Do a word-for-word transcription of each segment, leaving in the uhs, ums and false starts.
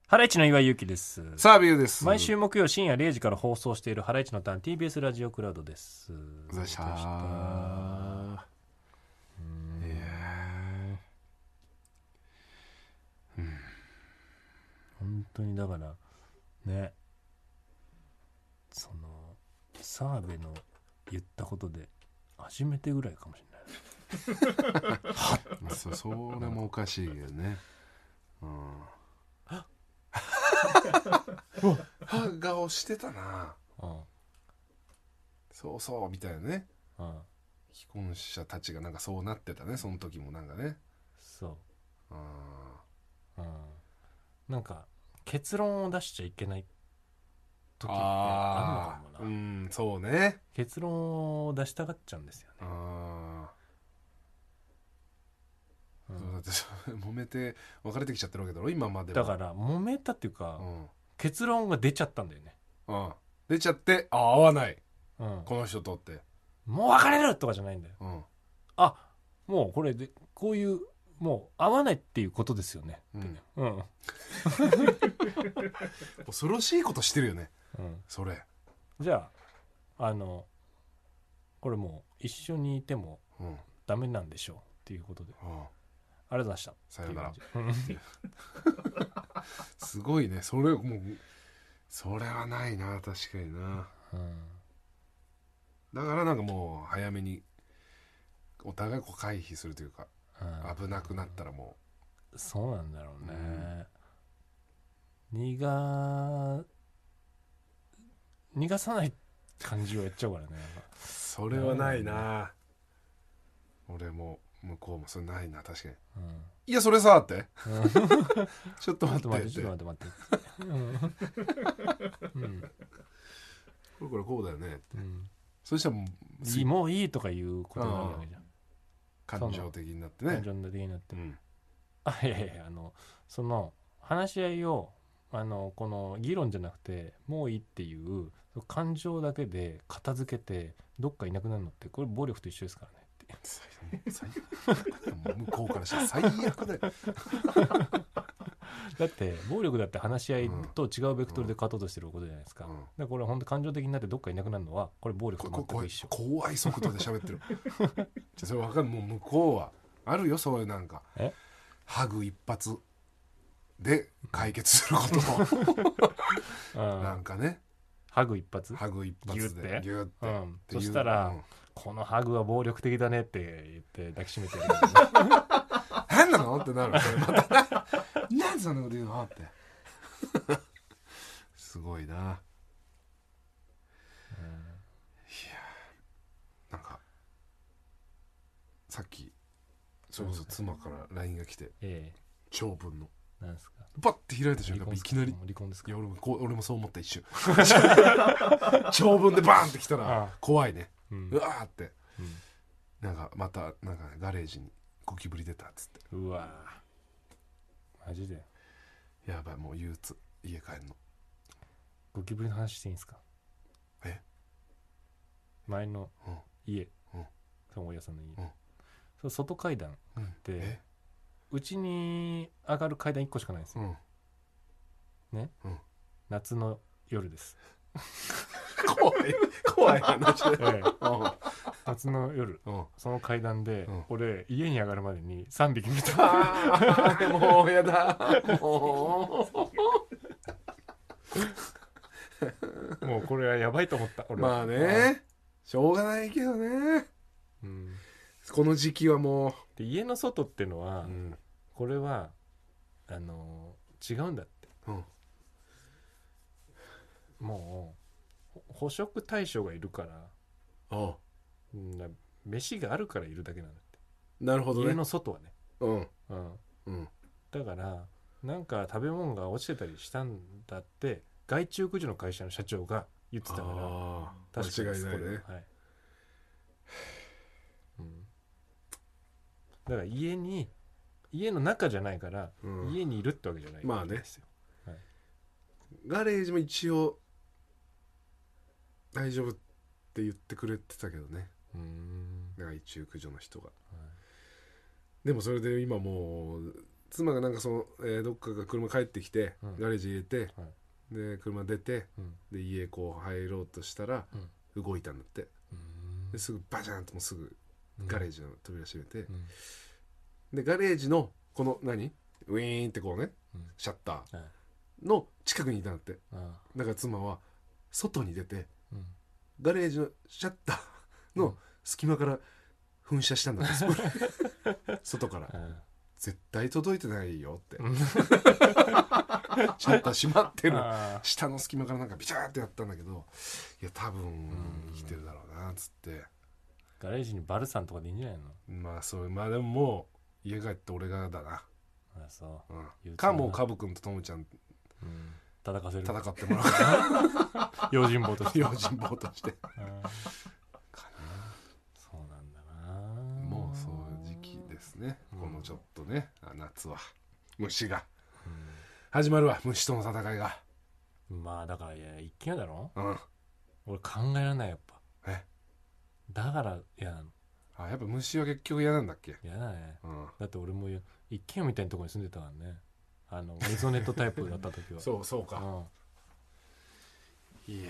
ハライチの岩井ゆきです。 サービューです。 毎週木曜深夜れいじから放送しているハライチのターン ティービーエス ラジオクラウドです。 おざしたー。いやー、うん、 本当にだからね、その澤部の言ったことで初めてぐらいかもしれない。はっ、 まあ、そ, それもおかしいけどね。うん。は顔してたな。 うん、 そうそうみたいなね。 うん、 既婚者たちがなんかそうなってたね。その時もなんかね。 そう、 あ、 うん、なんか結論を出しちゃいけない時ってああんのかもな。 うん、そうね。 結論を出したがっちゃうんですよね。 ああ、 うん、 そうだって揉めて別れてきちゃってるわけだろ今までは。 だから揉めたっていうか、 うん、 結論が出ちゃったんだよね。 うん、出ちゃってあ合わない、 うん、 この人とって、 もう別れるとかじゃないんだよ。 うん、 あ、もうこれでこういうもう合わないっていうことですよね。 うんってね、うん、 恐ろしいことしてるよね、 うん、 それ。 じゃああのこれもう一緒にいてもうんダメなんでしょうっていうことで、 うん、 ありがとうございました。 さよなら。 っていう感じ。 すごいね、それもうそれはないな、確かにな。 うん、 だからなんかもう早めにお互いこう回避するというか、 うん、 危なくなったらもそうなんだろうね。逃が逃がさない感じをやっちゃうからね。 うそれはないな。俺も向こうもそれないな、確かに。 うん、 いやそれさってうん、 ちょっと待ちょっと待って、 ってってちょっと待って待って。うん。うん。 これこれこうだよねって、 うん。 そしたらもういい、もういいとかいうことになるわけじゃん。 感情的になってね。 感情的になって。 うん、 あ、いやいやいや、あの、その、話し合いを、あの、この議論じゃなくて、もういいっていう、感情だけで片付けて、どっかいなくなるのって、これ暴力と一緒ですからね。 最悪もう向こうからしたら最悪だよ。 だって暴力だって話し合いと違うベクトルで勝とうとしてることじゃないですか。 うん、 だからこれ本当感情的になってどっかいなくなるのはこれ暴力と全く一緒。 怖い速度で喋ってる。じゃそれ分かる。もう向こうはあるよ、そういうなんかえハグ一発で解決することもなんかね、 ハグ一発ハグ一発でギュってギュって、 うん、 っていう、 そしたら、 うん、 このハグは暴力的だねって言って抱きしめてる、ね、 何なのってなる。それまたなんでそんなこと言うのってすごいな。いやなんかさっきそれこそ妻から ライン が来て、 ええ、 長文のなんですか、 パッて開いた瞬間いきなり、 離婚ですか。 いや俺もこう俺もそう思った一瞬長文でバーンって来たら怖いね。 うん、 うわーって、 うん、 なんかまたなんか、ね、ガレージにゴキブリ出たっつって、 うわマジでやばい、もう憂鬱、家帰んの。 ゴキブリの話していいんですか。 え前の家、 うん、 その大家さんの家、 うん、 その外階段うん、 でうちに上がる階段いっこしかないんですよ、 うん、 ね、 うん、 夏の夜です。 怖い怖い話で、 ええ、夏の夜、 うん、 その階段で、 うん、 俺家に上がるまでにさんびき見た。 あーもうやだもうもうこれはやばいと思った俺は。 まあね、しょうがないけどね、 うん、 この時期はもで家の外っていうのは、 う、うん、 これはあのー違うんだって、 うん、 もう捕食対象がいるから、 ああうん、飯があるからいるだけなんだって。 なるほどね。 家の外はね、 うん、 うん、 うん、 だからなんか食べ物が落ちてたりしたんだって害虫駆除の会社の社長が言ってたから、 あ確かに間違いないね。 これは、はい、うん、だから家に家の中じゃないから、うん、家にいるってわけじゃないまあね、 ですよ、はい、 ガレージも一応大丈夫って言ってくれてたけどね、 うーん、 害虫駆除の人が、 はい、 でもそれで今もう妻がなんかその、えーどっかが車帰ってきて、 うんガレージ入れて、 はいで車出て、 うんで家こう入ろうとしたら、 うん動いたんだって。 うんですぐバジャンともうすぐガレージの扉閉めて、 うんでガレージのこの何ウィーンってこうねうんシャッタはいーの近くにいたんだって。 あだから妻は外に出てうんガレージのシャッターの隙間から噴射したんだって、外からあ絶対届いてないよってうんシャッター閉まってるあ下の隙間からなんかビチャーってやったんだけど、いや多分生きてるだろうなっつって、 ガレージにバルさんとかでいいんじゃないの？ まあそうまあでももう家帰って俺がだな、 あそう、 うん、かもうカブ君とトムちゃんうん、戦かせる戦ってもらう用心棒として用心棒としてあーかそうなんだな。 な。 もうそういう時期ですね、 うんこのちょっとね夏は虫がう始まるわ、虫との戦いが。 ん、まあだからいや一軒家だろ。 うん俺考えられないやっぱ。 えだから嫌なの。 あやっぱ虫は結局嫌なんだっけ。 嫌だね。 うんだって俺も一軒家みたいなところに住んでたからね。あのメゾネットタイプだった時はそうそうか、 うん、 いや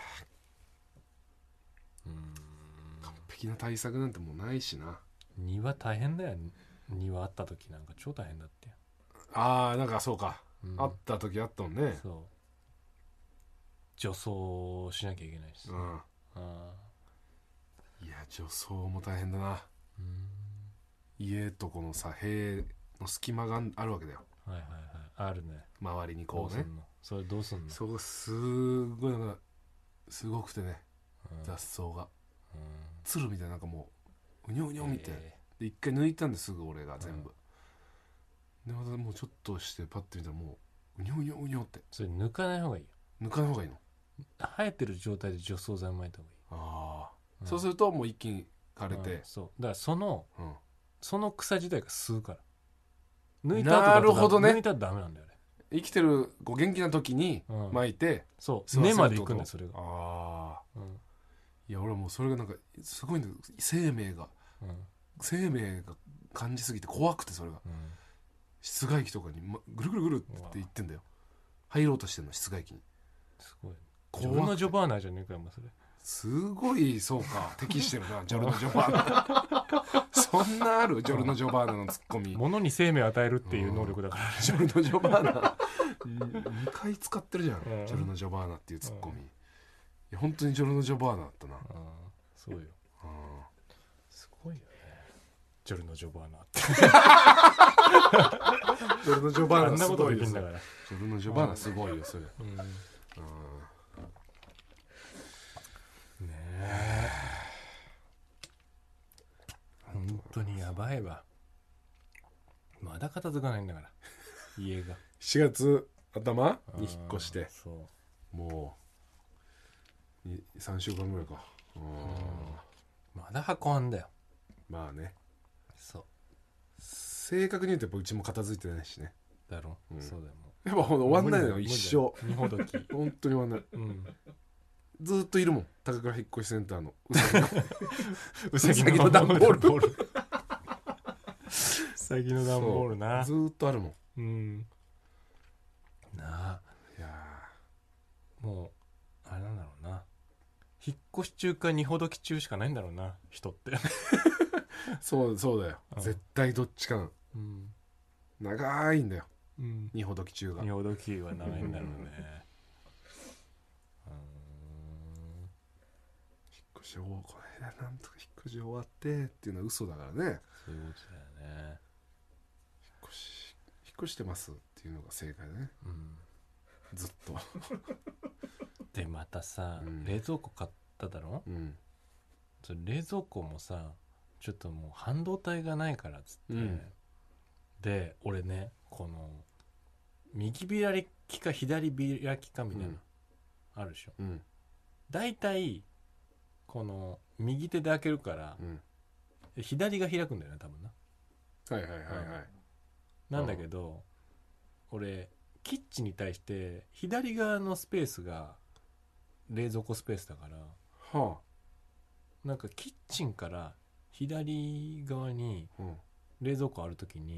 うん完璧な対策なんてもうないしな。 庭大変だよ。庭あった時なんか超大変だってよ、 ああなんかそうか、 うん、 あった時あったもんね。 そう除草しなきゃいけないしさ、 うんあいや除草も大変だな。 うん家とこのさ塀の隙間があるわけだよ、 はいはいはいあるね。 周りにどこうね。 うすんのそれどうすんの？ そこすごいなんかすごくてね、 うん雑草がうんつるみたいななんかもううにょうにょみたいな、 えで一回抜いたんですぐ俺が全部、でまたもうちょっとしてパッて見たらもううにょうにょうにょってーそれ抜かない方がいいよ。 抜かない方がいいの。 生えてる状態で除草剤を撒いた方がいい。 ああ、 うんそうするともう一気に枯れうんて、 そうだからそのうんその草自体が吸うから抜いた後だとなるほどね抜いたらダメなんだよね。 生きてるこう元気な時にうん巻いて、 そう吸わせる根まで行くんだよってことそれが。 ああうんいや俺もうそれがなんかすごいんだよ、生命がうん生命が感じすぎて怖くて、それがうん室外機とかに、ま、ぐるぐるぐるって言ってんだよ。入ろうとしてんの室外機に。 すごい。 怖くてジョルノ・ジョバーナーじゃねえかよもうそれ。 すごいそうか適してるなジョルノ・ジョバーナそんなあるジョルノ・ジョバーナのツッコミ。 物に生命を与えるっていう能力だからね。 ジョルノ・ジョバーナにかい使ってるじゃん、 うんジョルノ・ジョバーナっていうツッコミ。いや本当にジョルノ・ジョバーナだったな。 うんそうよ。 うんすごいよね。ジョルノ・ジョバーナーってジョルノ・ジョバーナあんなことすごいよ。 できんだから。 ジョルノ・ジョバーナすごいよそれ。 うんねうんえ本当にやばいわ。まだ片付かないんだから家が。 しがつ頭に引っ越してそうもうさんしゅうかんぐらいか。うんまだ運んだよ。 まあねそう正確に言うとやっぱうちも片付いてないしね。 だろ、 うんそうだよもやっぱほんと終わんないのよ無理だ一生。 二ほどき本当に終わんない。 うんずーっといるもん高倉引っ越しセンターのうさぎうさぎの段ボールうさぎの段ボールな。 ずーっとあるもん。 うんなあいやもうあれなんだろうな、引っ越し中か二ほどき中しかないんだろうな人ってーそうそうだよ、 うん絶対どっちかなの。 うん長いんだようん二ほどき中が。 二ほどきは長いんだろうねう引っ越し終わこれなんとか引っ越し終わってっていうのは嘘だからね。 ーんそういうことだよね。 引っ越し引っ越してますっていうのが正解だねうんずっと。 でまたさ、 うん冷蔵庫買っただろ。 うんそれ冷蔵庫もさちょっともう半導体がないからっつって、 うんで俺ねこの右開きか左開きかみたいな、 うんあるでしょ。 うんだいたいこの右手で開けるからうん左が開くんだよね多分な。 はいはいはいはい。 なんだけど俺キッチンに対して左側のスペースが冷蔵庫スペースだからはなんかキッチンから左側にあうん冷蔵庫あるときに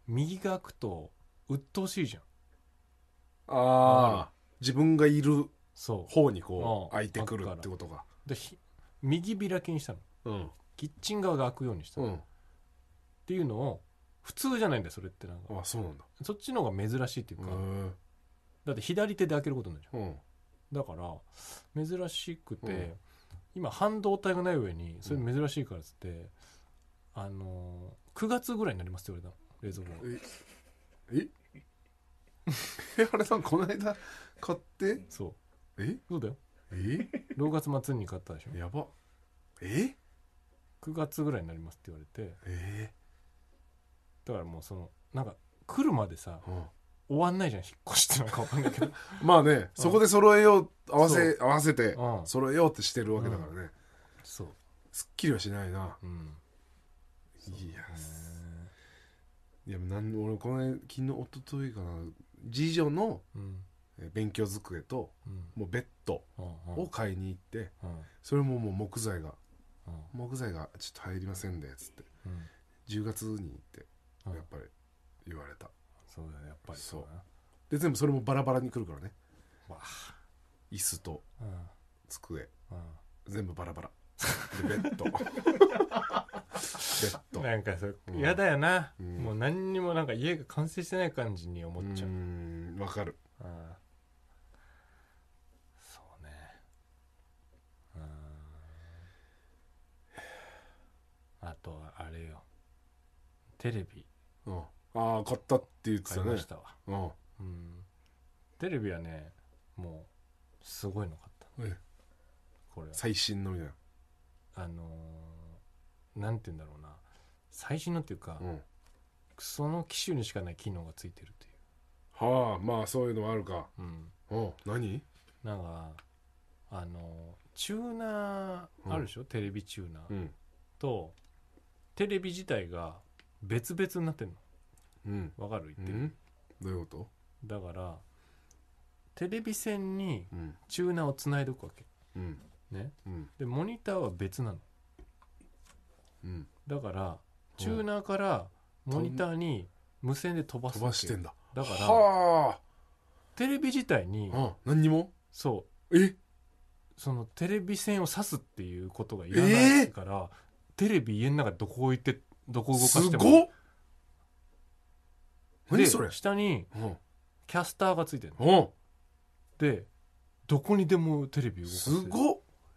右が開くと鬱陶しいじゃん。 ああ自分がいるそう方にこうんう開いてくるってことか。 でひ右開きにしたの。 うんキッチン側が開くようにしたの、っうんていうのを普通じゃないんだよそれって。なんかあそうなんだ。 そっちの方が珍しいっていうか、 へえだって左手で開けることになるじゃん。 うんだから珍しくて、 うん今半導体がない上にそれ珍しいからっつって、あのー、くがつぐらいになりますって言われた冷蔵庫。 ええ原さんこの間買ってそうえそうだよ。 えろくがつ末に買ったでしょ。 やばえくがつぐらいになりますって言われて、 えだからもうそのなんか来るまでさうん終わんないじゃん引っ越しってなんか分かんないけどまあねそこで揃えよう合わせそ合わせてうん揃えようってしてるわけだからねそうすっきりはしないな。 うんいやいやなん俺この昨日一昨日かな次女のうんえ勉強机とうんもうベッドうんを買いに行ってうんそれももう木材がうん木材がちょっと入りませんでつってうんじゅうがつに行ってうんやっぱり言われた。 そうだねやっぱりそうだな。 で全部それもバラバラに来るからねわ椅子とあうん机うん全部バラバラでベッドベッドなんかそれうん嫌だよな、 うんもう何にもなんか家が完成してない感じに思っちゃう、 ううんんわかる。 そうねうんあとはあれよテレビうんああ買ったって言ってたね買いましたわ、 うんうん、テレビはねもうすごいの買ったえこれは最新のみたいなあのー、なんて言うんだろうな最新のっていうか、 うんその機種にしかない機能がついてるっていはあまあそういうのもあるか。 う、うん、 うん何なんかあのチューナーあるでしょ、うん、テレビチューナー、 うん、 とテレビ自体が別々になってるうん、 のわかる言ってる、 うん、どういうこだからテレビ線にと？うんチューナーをつないでおくわけうんね。 うんでモニターは別なの。 うんだからチューナーからモニターに無線で飛ばす飛ばしてんだ。 だからはテレビ自体にあ、何にもそうえそのテレビ線を挿すっていうことがいらないから、テレビ家の中でどこ置いてどこ動かしてもすごっで何それ下にうんキャスターがついてるのうんでどこにでもテレビ動かせる。 すごっ、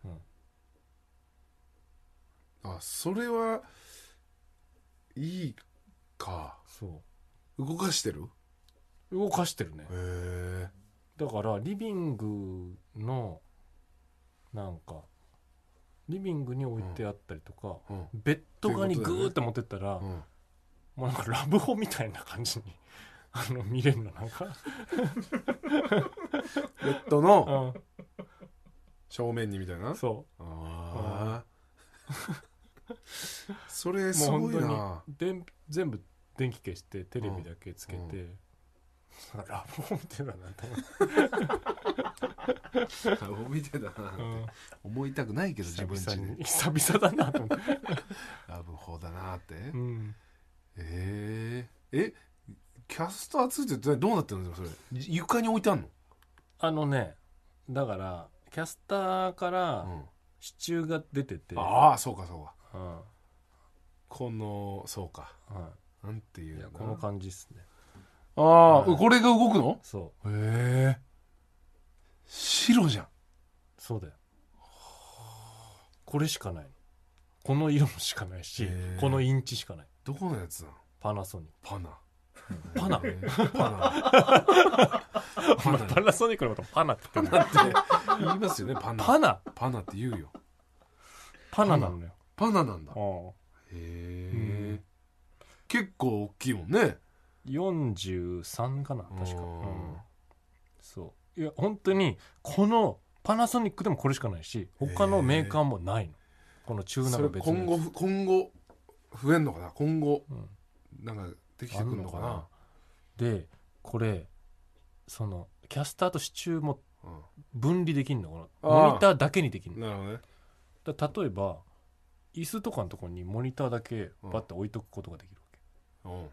うん、 あそれはいいか。 そ動かしてるう動かしてるね。 へえだからリビングのなんかリビングに置いてあったりとか、 うんうんベッド側にグーって持ってったら、 うんもうなんかラブホみたいな感じにあの見れるのなんかベッドのうん正面にみたいな。 そああそれうすごいもう本な。 当にで全部電気消してテレビだけつけて、 うんラブホみたいだなと思って、 見てたなってうん思いたくないけど自分久々にちで久々だなと思って、 ラブホだなってうん、 えー、えキャスターついててどうなってるんですかそれ床に置いてあんの？ あのねだからキャスターからうん支柱が出てて、 ああそうかそうかうんこのそうかはなんていい、 うのいやこの感じっすね。 ああ、 はいこれが動くの？ そへえ白じゃん。 うそうだよ。これしかないの。この色しかないし、 へーこのインチしかない。 どこのやつなの？ パナソニッパナク。パナへーパナお前パナソニックのことパナって言ってるパナって言いますよねパナパナパナって言うよ。 パナなのよ。 パナなんだ。 ああへえ結構大きいもんね。 よんじゅうさんかな確か、 ううんん、そういや本当にこのパナソニックでもこれしかないし他のメーカーもないの。このチューナーそれが別のやつ今後今後増えんのかな今後うんなんかできてくるのかな。 あんのかでこれそのキャスターと支柱もう分離できんのこあーのモニターだけにできんの。 んなるほどね。 だ例えば椅子とかのところにモニターだけバッて置いとくことができるわけ。 うん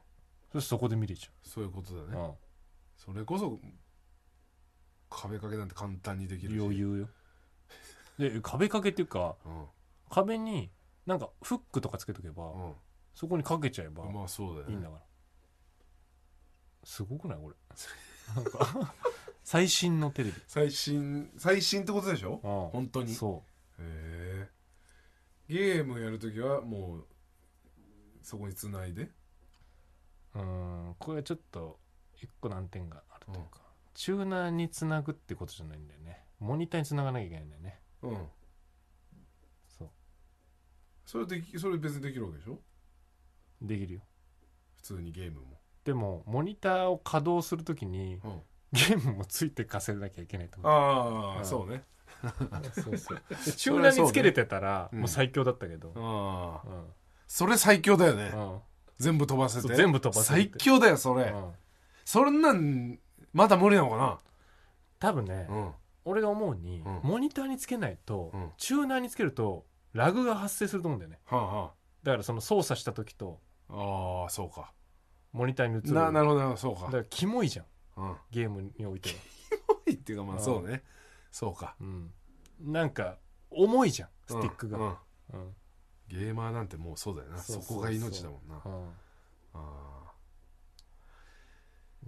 それそこで見れちそういうことだね、 ゃう、うん、 それこそ壁掛けなんて簡単にできるし余裕よ。で壁掛けっていうか、 うん、 壁になんかフックとかつけとけば、 うん、 そこにかけちゃえばまあそうだよねいいんだから、すごくないこれなんか最新のテレビ、 最新最新ってことでしょ、 うん、 本当に。 そへえ。ゲームやるときはもうそこにつないで、 う、うん、これはちょっと一個難点があるというか、うん、チューナーにつなぐってことじゃないんだよね。モニターにつながなきゃいけないんだよね。 うん、 そう、 それできそれ別にできるわけでしょ。 できるよ普通にゲームも。 でもモニターを稼働するときに、うん、ゲームもついてかせなきゃいけないと思う。 ああ、うん、そうねそうそうチューナーにつけれてたら、ね、もう最強だったけど、 うん、ああ、うん、それ最強だよね、うん、全部飛ばせて全部飛ばせて最強だよそれ、うん、そんなんまだ無理なのかな多分ね、うん、俺が思うに、うん、モニターにつけないと、うん、チューナーにつけるとラグが発生すると思うんだよね、はあはあ、だからその操作した時と、 ああそうか、 モニターに映るな、なるほどそうか、 だからキモいじゃん、うん、ゲームにおいてはキモいっていうかまあそうね、そうか、 うん、なんか重いじゃんスティックが、うんうんうん、ゲーマーなんてもうそうだよな、 そ, そ, そこが命だもんな、うん、あ、 うん、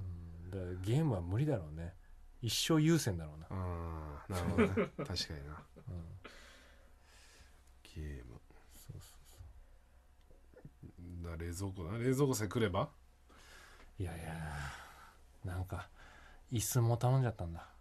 だからゲームは無理だろうね、一生優先だろうな、 あ、なるほどね確かにな、うん、ゲーム、そうそうそう、だ冷蔵庫な、冷蔵庫さえ来れば、 いやいやなんか椅子も頼んじゃったんだ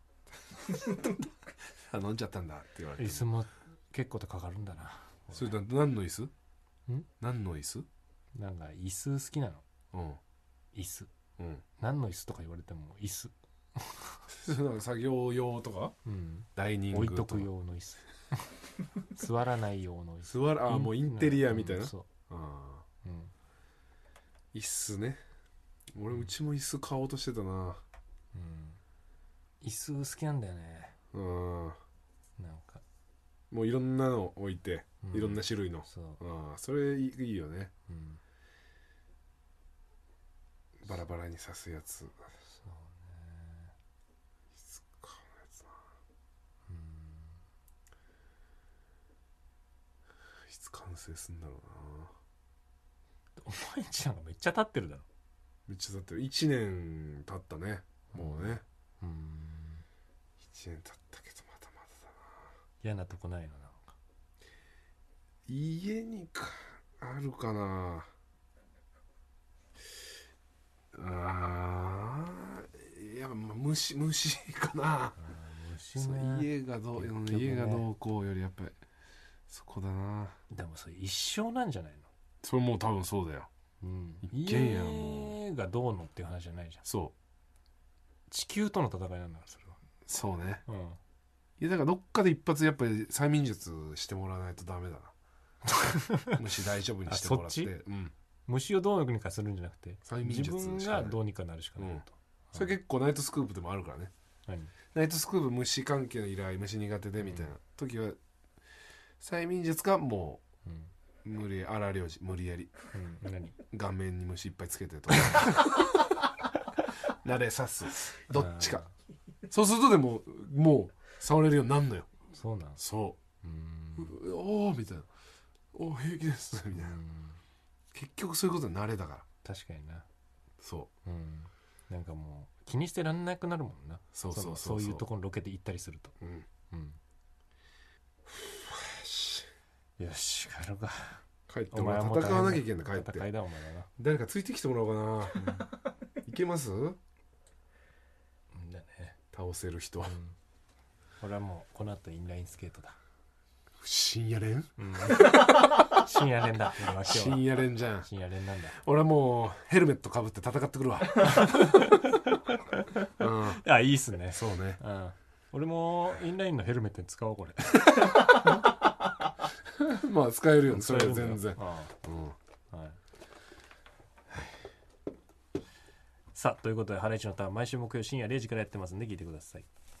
頼んじゃったんだって言われて、 椅子も結構とかかるんだな。 それだ何の椅子？ん？何の椅子？ なんか椅子好きなの。うん。椅子。うん。何の椅子とか言われても椅子。 作業用とか？うん。ダイニングとか。 置いとく用の椅子。座らない用の椅子。 座らあもうインテリアみたいな。うん、そう。ああ。うん。椅子ね。俺うちも椅子買おうとしてたな。うん。 椅子好きなんだよね。うん。なんかもういろんなの置いて、うん、いろんな種類の、そう、ああそれいいよね、うん、バラバラに刺すやつ、そうね、いつかのやつな、うん、いつ完成すんだろうな。 お前んちなんかめっちゃ経ってるだろ。 めっちゃ経ってる。いちねん経ったね、もうね、うん、いちねん経ったけどまだまだだな。 嫌なとこないの？なんか家にかあるかなあ。いや、まあ、虫虫かな。虫ね、家がどう、ね、家がどうこうよりやっぱりそこだな。 でもそれ一生なんじゃないの？ それもう多分そうだよ、うん、 一軒家も家がどうのっていう話じゃないじゃん。 そう、 地球との戦いなんだからそれは。 そうね、うん、いやだからどっかで一発やっぱり催眠術してもらわないとダメだな虫大丈夫にしてもらって、うん、 虫をどうにかするんじゃなくて自分がどうにかなるしかないと、うん、 それ結構ナイトスクープでもあるからね。何？ナイトスクープ虫関係の依頼、虫苦手でみたいな時は催眠術かもう、うん、無理荒療治無理やり、うん、何顔面に虫いっぱいつけてとか慣れさすどっちか。そうするとでももう触れるようになるのよ。 そうなん？ そう、うおーみたいな、お平気ですみたいな、結局そういうことに慣れだから。 確かにな。 そう、うん、 なんかもう気にしてらんなくなるもんな。 そうそうそうそう、 そういうところロケで行ったりすると、うんうん、よしよし帰ろうか。 帰って俺は戦わなきゃいけない。帰って戦いだお前はな。 誰かついてきてもらおうかな、うん、いけます？だね、倒せる人、うん、 俺はもうこの後インラインスケートだ。 深夜練、うん、 深夜練だ。 深夜練じゃん。 深夜練なんだ。 俺はもうヘルメットかぶって戦ってくるわ、 うん、あいいっすね。 そうね、うん、 俺もインラインのヘルメットに使おうこれまあ使えるよねそれは全然。ああ、うん、はい、 さあということでハライチのターン毎週木曜深夜れいじからやってますんで聞いてください。